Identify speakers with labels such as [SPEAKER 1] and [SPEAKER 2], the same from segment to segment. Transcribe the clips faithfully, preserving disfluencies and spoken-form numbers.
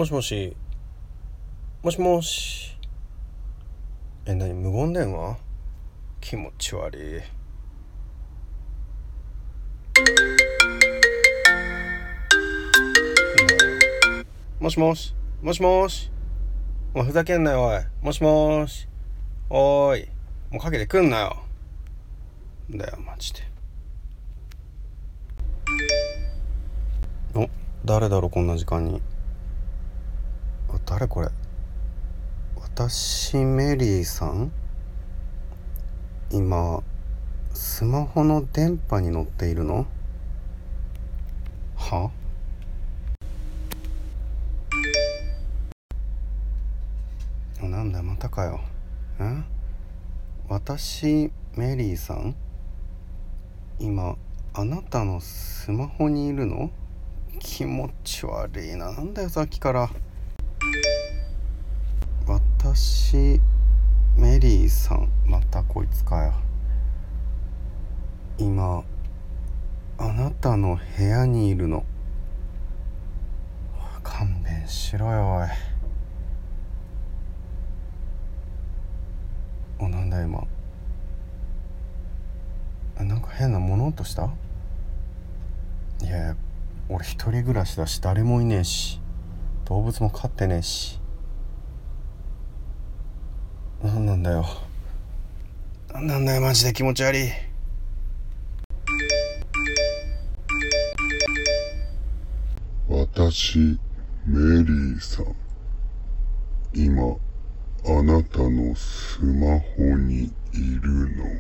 [SPEAKER 1] もしもしもしもし。え、なに無言電話？気持ち悪い。もしもしもしもし。もうふざけんなよおい。もしもし。おーい、もうかけてくんなよ。だよマジで。お、誰だろこんな時間に。誰これ。私メリーさん。今スマホの電波に乗っているの？は？なんだまたかよ。え？私メリーさん、今あなたのスマホにいるの？気持ち悪いな。なんだよさっきから。私メリーさん、またこいつかよ。今あなたの部屋にいるの。勘弁しろよおい。お、なんだ今。なんか変な物音した？いや、俺一人暮らしだし誰もいねえし、動物も飼ってねえし。なんなんだよ。なんなんだよマジで気持ち悪い。
[SPEAKER 2] 私メリーさん、今あなたのスマホにいるの？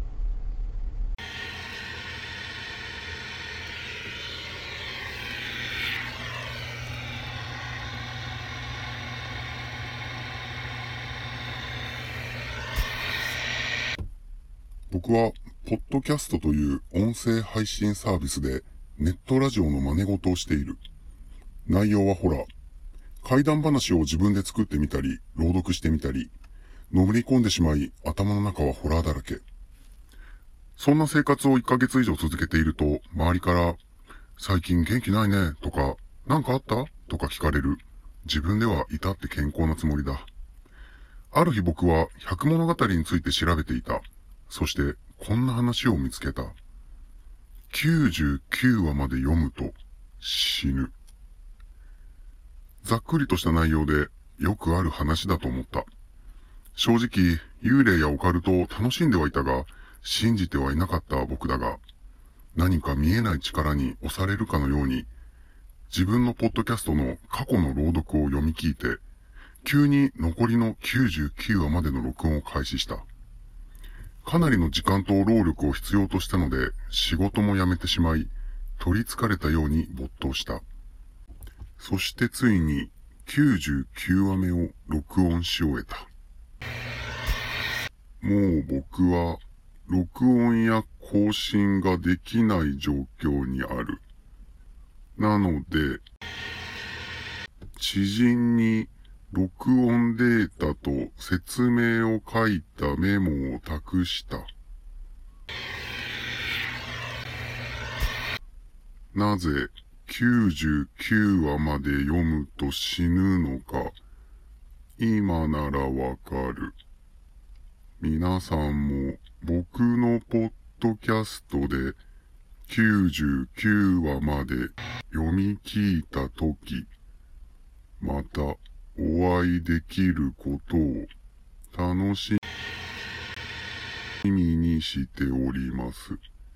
[SPEAKER 2] 僕はポッドキャストという音声配信サービスでネットラジオの真似事をしている。内容はホラー。怪談話を自分で作ってみたり、朗読してみたり、のめり込んでしまい頭の中はホラーだらけ。そんな生活をいっかげつ以上続けていると、周りから最近元気ないねとか、なんかあったとか聞かれる。自分では至って健康なつもりだ。ある日僕は百物語について調べていた。そしてこんな話を見つけた。きゅうじゅうきゅうわまで読むと死ぬ。ざっくりとした内容でよくある話だと思った。正直幽霊やオカルトを楽しんではいたが、信じてはいなかった僕だが、何か見えない力に押されるかのように、自分のポッドキャストの過去の朗読を読み聞いて、急に残りのきゅうじゅうきゅうわまでの録音を開始した。かなりの時間と労力を必要としたので、仕事も辞めてしまい、取り憑かれたように没頭した。そしてついにきゅうじゅうきゅうわめを録音し終えた。もう僕は録音や更新ができない状況にある。なので、知人に録音データと説明を書いたメモを託した。なぜきゅうじゅうきゅうわまで読むと死ぬのか、今ならわかる。皆さんも僕のポッドキャストできゅうじゅうきゅうわまで読み聞いたとき、またお会いできることを楽しみにしております。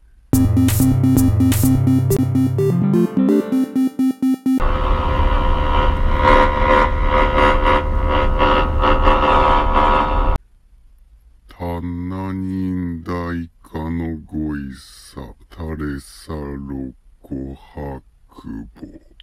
[SPEAKER 2] タナニンダイカのごいさ、タレサロコハクボ。